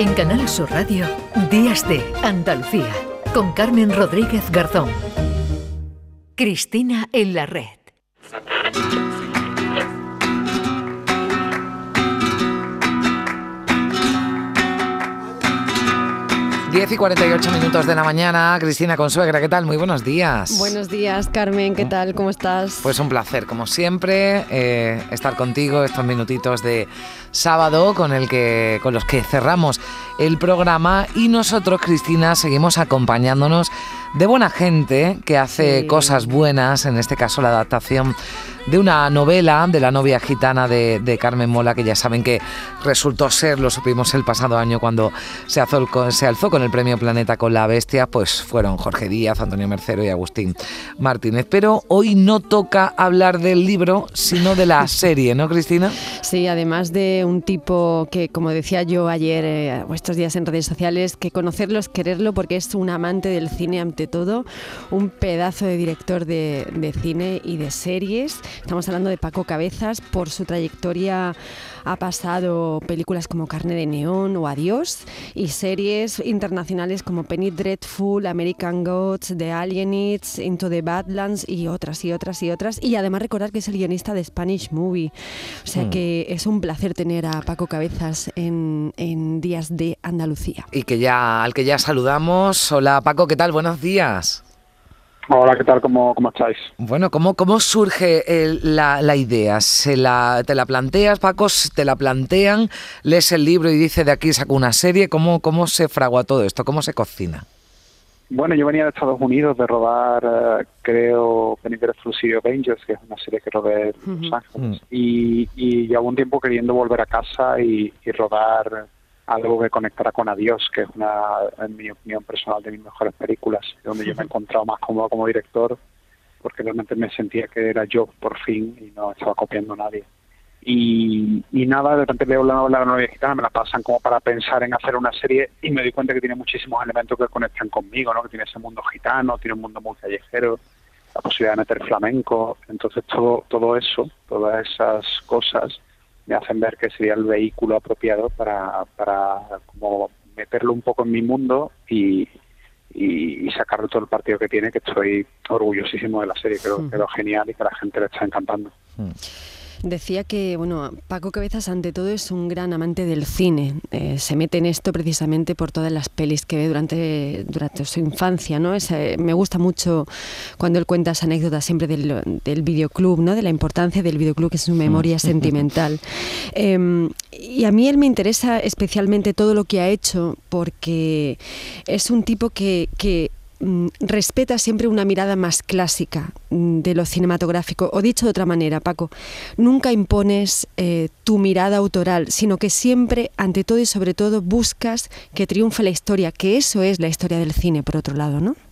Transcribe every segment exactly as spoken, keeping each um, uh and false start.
En Canal Sur Radio, Días de Andalucía, con Carmen Rodríguez Garzón. Cristina en la red. diez y cuarenta y ocho minutos de la mañana. Cristina Consuegra, ¿qué tal? Muy buenos días. Buenos días, Carmen, ¿qué tal? ¿Cómo estás? Pues un placer, como siempre, eh, estar contigo estos minutitos de sábado con, el que, con los que cerramos el programa. Y nosotros, Cristina, seguimos acompañándonos de buena gente que hace sí. cosas buenas, en este caso la adaptación de una novela de La novia gitana de, de Carmen Mola, que ya saben que resultó ser, lo supimos el pasado año cuando se alzó, se alzó con el premio Planeta con La bestia, pues fueron Jorge Díaz, Antonio Mercero y Agustín Martínez. Pero hoy no toca hablar del libro, sino de la serie, ¿no, Cristina? Sí, además de un tipo que, como decía yo ayer eh, o estos días en redes sociales, que conocerlo es quererlo porque es un amante del cine ante todo, un pedazo de director de, de cine y de series. Estamos hablando de Paco Cabezas. Por su trayectoria ha pasado películas como Carne de Neón o Adiós y series internacionales como Penny Dreadful, American Gods, The Alienists, Into the Badlands y otras y otras y otras. Y además recordar que es el guionista de Spanish Movie. O sea mm. que es un placer tener a Paco Cabezas en, en Días de Andalucía. Y que ya al que ya saludamos. Hola Paco, ¿qué tal? Buenos días. Hola, ¿qué tal? ¿Cómo, cómo estáis? Bueno, ¿cómo, cómo surge el, la, la idea? ¿Se la, ¿Te la planteas, Paco? ¿Te la plantean? ¿Lees el libro y dice de aquí saco una serie? ¿Cómo, cómo se fragua todo esto? ¿Cómo se cocina? Bueno, yo venía de Estados Unidos de rodar, uh, creo, Penny Dreadful City of Angels, que es una serie que rodé en Los Ángeles. Uh-huh. Y, y llevo un tiempo queriendo volver a casa y, y rodar algo que conectará con Adiós, que es una, en mi opinión personal, de mis mejores películas, donde yo me he encontrado más cómodo como director, porque realmente me sentía que era yo, por fin, y no estaba copiando a nadie. Y, y nada, de repente leo la novela de La novia gitana, me la pasan como para pensar en hacer una serie, y me doy cuenta que tiene muchísimos elementos que conectan conmigo, ¿no? Que tiene ese mundo gitano, tiene un mundo muy callejero, la posibilidad de meter flamenco. Entonces todo, todo eso, todas esas cosas me hacen ver que sería el vehículo apropiado para, para como meterlo un poco en mi mundo y, y, y sacarle todo el partido que tiene, que estoy orgullosísimo de la serie, creo que quedó genial y que a la gente le está encantando. Decía que, bueno, Paco Cabezas ante todo es un gran amante del cine. Eh, se mete en esto precisamente por todas las pelis que ve durante, durante su infancia, ¿no? Es, eh, me gusta mucho cuando él cuenta esa anécdota siempre del, del videoclub, ¿no? De la importancia del videoclub, que es su memoria sentimental. Eh, y a mí él me interesa especialmente todo lo que ha hecho porque es un tipo que... que respeta siempre una mirada más clásica de lo cinematográfico, o dicho de otra manera, Paco, nunca impones eh, tu mirada autoral, sino que siempre, ante todo y sobre todo, buscas que triunfe la historia, que eso es la historia del cine, por otro lado, ¿no?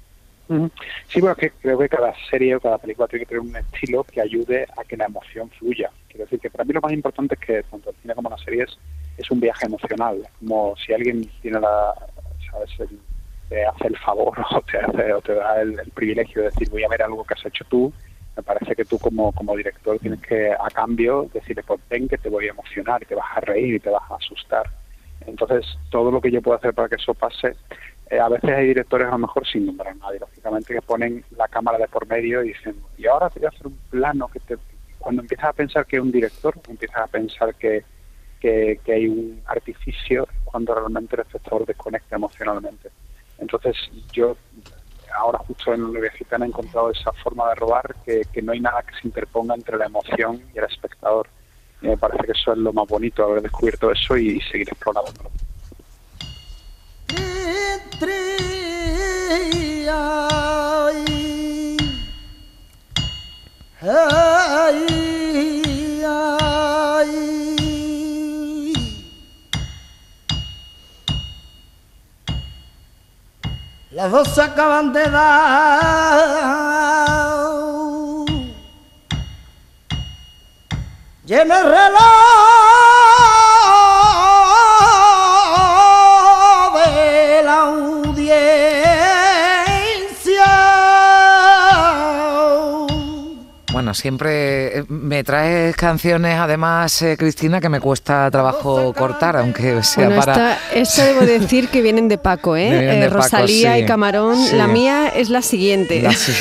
Sí, bueno, que creo que cada serie o cada película tiene que tener un estilo que ayude a que la emoción fluya. Quiero decir que para mí lo más importante es que tanto el cine como las series es un viaje emocional, como si alguien tiene la, sabes, el te hace el favor o te, hace, o te da el, el privilegio de decir voy a ver algo que has hecho tú, me parece que tú como, como director tienes que a cambio decirle pues ven que te voy a emocionar y te vas a reír y te vas a asustar. Entonces todo lo que yo puedo hacer para que eso pase, eh, a veces hay directores a lo mejor sin nombrar a nadie, lógicamente, que ponen la cámara de por medio y dicen y ahora te voy a hacer un plano que te... Cuando empiezas a pensar que es un director, empiezas a pensar que, que, que hay un artificio, cuando realmente el espectador desconecta emocionalmente. Entonces yo ahora justo en La novia gitana he encontrado esa forma de rodar que, que no hay nada que se interponga entre la emoción y el espectador. Y me parece que eso es lo más bonito, haber descubierto eso y, y seguir explorándolo. Las dos se acaban de dar y en el reloj de la audiencia Bueno, siempre me traes canciones, además, eh, Cristina, que me cuesta trabajo cortar, aunque sea bueno, para... Esta, esta debo decir que vienen de Paco, ¿eh? Vienen de eh Rosalía Paco, sí. y Camarón. Sí. La mía es la siguiente. La sí.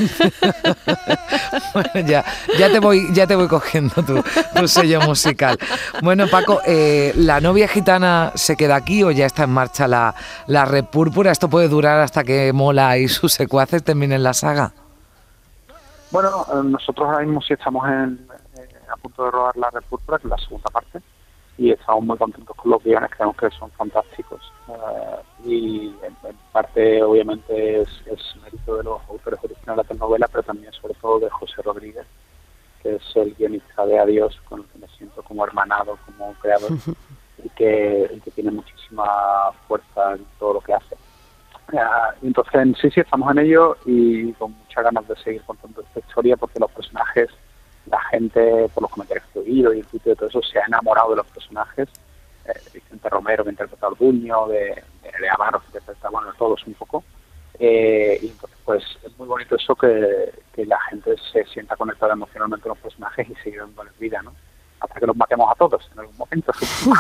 Bueno, ya, ya, te voy, ya te voy cogiendo tu, tu sello musical. Bueno, Paco, eh, ¿la novia gitana se queda aquí o ya está en marcha la, la Red Púrpura? ¿Esto puede durar hasta que Mola y sus secuaces terminen la saga? Bueno, nosotros ahora mismo sí estamos en, eh, a punto de rodar la Red Púrpura, que es la segunda parte, y estamos muy contentos con los guiones, creemos que son fantásticos. Uh, y en, en parte, obviamente, es, es mérito de los autores originales de la novela, pero también, sobre todo, de José Rodríguez, que es el guionista de Adiós, con el que me siento como hermanado, como creador, y que, y que tiene muchísima fuerza en todo lo que hace. Uh, entonces, sí, sí, estamos en ello y con muchas ganas de seguir contando esta historia, porque los personajes, la gente, por los comentarios que he oído y el sitio de todo eso, se ha enamorado de los personajes. Eh, Vicente Romero, que interpreta a Orduño, de, de Lea Barros, que interpreta, bueno, todos un poco. Eh, y entonces, pues, es muy bonito eso, que, que la gente se sienta conectada emocionalmente con los personajes y siga dándoles vida, ¿no? Hasta que los matemos a todos en algún momento.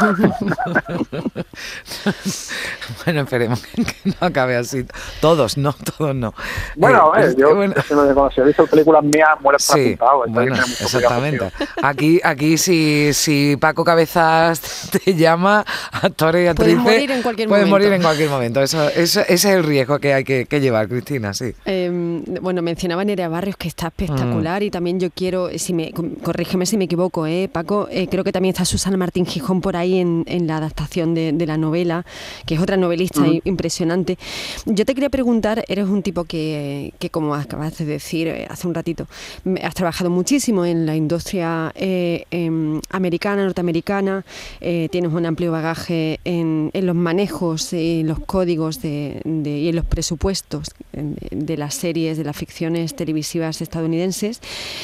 Bueno, esperemos que no acabe así. Todos, no, todos no. Bueno, eh, a ver, yo, bueno. cuando se he visto películas mías, mueres para Sí, apuntado. bueno, exactamente. Aquí, aquí si, si Paco Cabezas te llama, actores y actrices... Pueden morir en cualquier pueden momento. morir en cualquier momento. Eso, eso, ese es el riesgo que hay que, que llevar, Cristina, sí. Eh, bueno, mencionaba Nerea Barrios, que está espectacular, mm. y también yo quiero, si me corrígeme si me equivoco, eh, Paco, eh, creo que también está Susana Martín Gijón por ahí en, en la adaptación de, de la novela, que es otra novelista mm. impresionante. Yo te quería preguntar, eres un tipo que, que como acabas de decir eh, hace un ratito, has trabajado muchísimo en la industria eh, eh, americana, norteamericana, eh, tienes un amplio bagaje en, en los manejos y los códigos de, de, y en los presupuestos de, de las series, de las ficciones televisivas estadounidenses.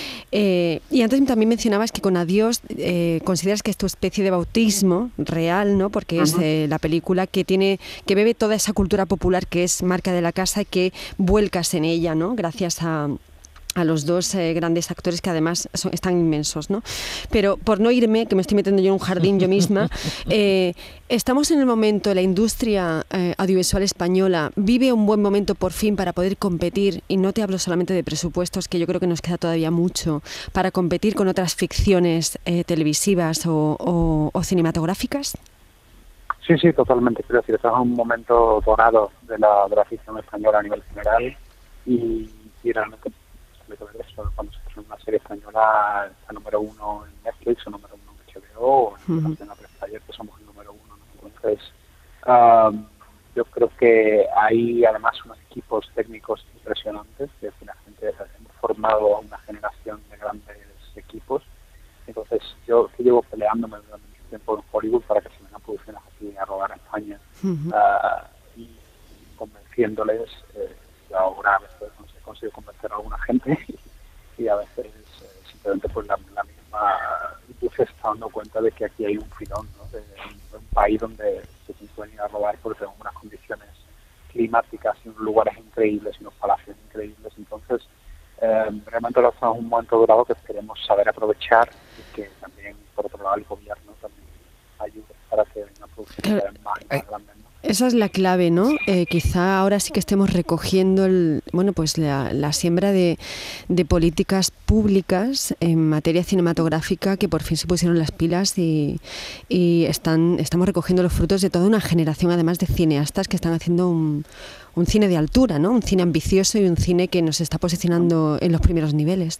Eh, y antes también mencionabas que con Adiós eh, consideras que es tu especie de bautismo real, ¿no? Porque uh-huh. es eh, la película que tiene, que bebe toda esa cultura popular que es marca de la casa y que vuelcas en ella, ¿no? Gracias a a los dos eh, grandes actores que además son, están inmensos, ¿no? Pero por no irme, que me estoy metiendo yo en un jardín yo misma, eh, estamos en el momento, la industria eh, audiovisual española vive un buen momento por fin para poder competir, y no te hablo solamente de presupuestos, que yo creo que nos queda todavía mucho, para competir con otras ficciones eh, televisivas o, o, o cinematográficas. Sí, sí, totalmente. Quiero decir, estamos en un momento dorado de la, de la ficción española a nivel general y, y realmente cuando se hace una serie española está número uno en Netflix o número uno en H B O o en uh-huh. la prensa ayer, que somos el número uno, ¿no? Entonces um, yo creo que hay además unos equipos técnicos impresionantes, que la gente hemos formado una generación de grandes equipos. Entonces yo que llevo peleándome durante mucho tiempo en Hollywood para que se vengan producciones aquí a rodar a España uh-huh. uh, y convenciéndoles, eh, yo ahora a veces consigo convencer a alguna gente y, y a veces eh, simplemente pues la, la misma industria se está dando cuenta de que aquí hay un filón, ¿no? de, de un país donde se puede ir a rodar porque tenemos unas condiciones climáticas y unos lugares increíbles y unos palacios increíbles. Entonces eh, realmente lo estamos en un momento dorado que queremos saber aprovechar y que también por otro lado el gobierno también ayude para que vengan producciones cada vez más y más grandes, ¿no? Esa es la clave, ¿no? Eh, quizá ahora sí que estemos recogiendo el, bueno, pues la, la siembra de, de políticas públicas en materia cinematográfica que por fin se pusieron las pilas y, y están, estamos recogiendo los frutos de toda una generación, además de cineastas que están haciendo un, un cine de altura, ¿no? Un cine ambicioso y un cine que nos está posicionando en los primeros niveles.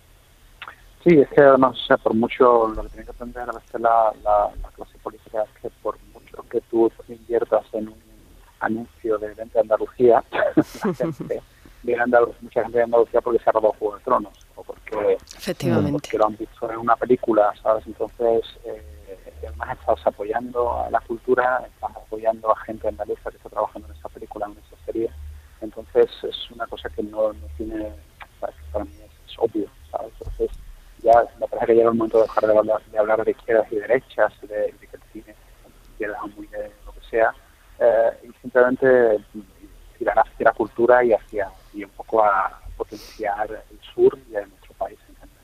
Sí, es que además, o sea, por mucho, lo que tiene que aprender a veces la, la, la clase política es que por mucho que tú inviertas en un anuncio de Vente a Andalucía, la gente viene a Andalucía, mucha gente de Andalucía porque se ha robado Juego de Tronos o porque, Efectivamente. porque lo han visto en una película, ¿sabes? Entonces, eh, además estás apoyando a la cultura, estás apoyando a gente andaluza que está trabajando en esa película, en esa serie. Entonces, es una cosa que no, no tiene, ¿sabes? Para mí es, es obvio, ¿sabes? Entonces, ya me parece que llega el momento de dejar de hablar de, hablar de izquierdas y derechas, de, de que el cine izquierdas muy de lo que sea, eh, y simplemente tirar hacia la cultura y hacia y un poco a potenciar el sur y a nuestro país en general.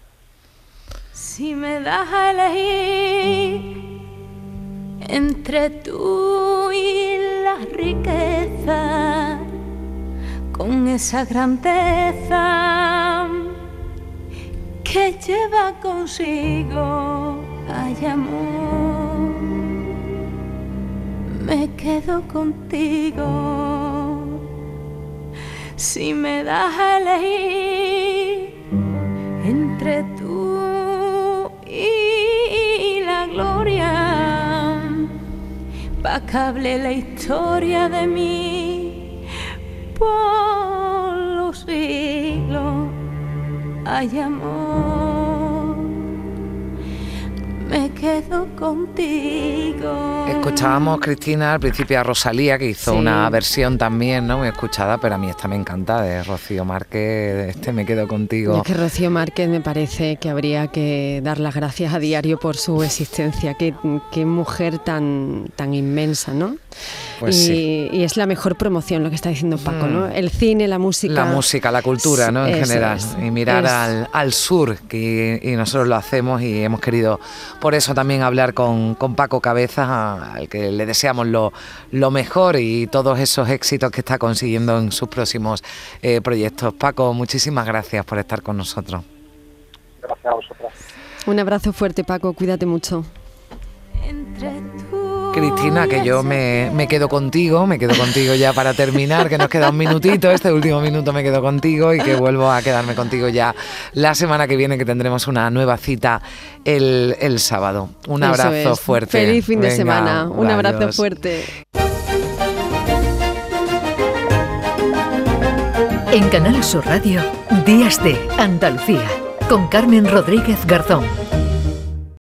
Si me das a elegir entre tú y la riqueza, con esa grandeza que lleva consigo, ay amor, me quedo contigo. Si me das a elegir entre tú y la gloria, pa' que hable la historia de mí por los siglos, ay amor, me quedo contigo. Escuchábamos, Cristina, al principio a Rosalía, que hizo Sí. una versión también, ¿no?, muy escuchada, pero a mí esta me encanta, de Rocío Márquez, este Me quedo contigo. Es que Rocío Márquez me parece que habría que dar las gracias a diario por su existencia. Qué, qué mujer tan, tan inmensa, ¿no? Pues y, sí. y es la mejor promoción, lo que está diciendo Paco, ¿no? El cine, la música. La música, la cultura, ¿no?, en Eso general. es. Y mirar Es- al, al sur, que, y nosotros lo hacemos y hemos querido por eso también hablar con, con Paco Cabezas, a- al que le deseamos lo, lo mejor y todos esos éxitos que está consiguiendo en sus próximos eh, proyectos. Paco, muchísimas gracias por estar con nosotros. Gracias a vosotros. Un abrazo fuerte, Paco, cuídate mucho. Entre tú Cristina, que yo me, me quedo contigo, me quedo contigo ya para terminar, que nos queda un minutito, este último minuto me quedo contigo y que vuelvo a quedarme contigo ya la semana que viene, que tendremos una nueva cita el, el sábado. Un Eso abrazo es. fuerte. Feliz fin de Venga, semana. Un abrazo adiós. fuerte. En Canal Sur Radio, Días de Andalucía, con Carmen Rodríguez Garzón.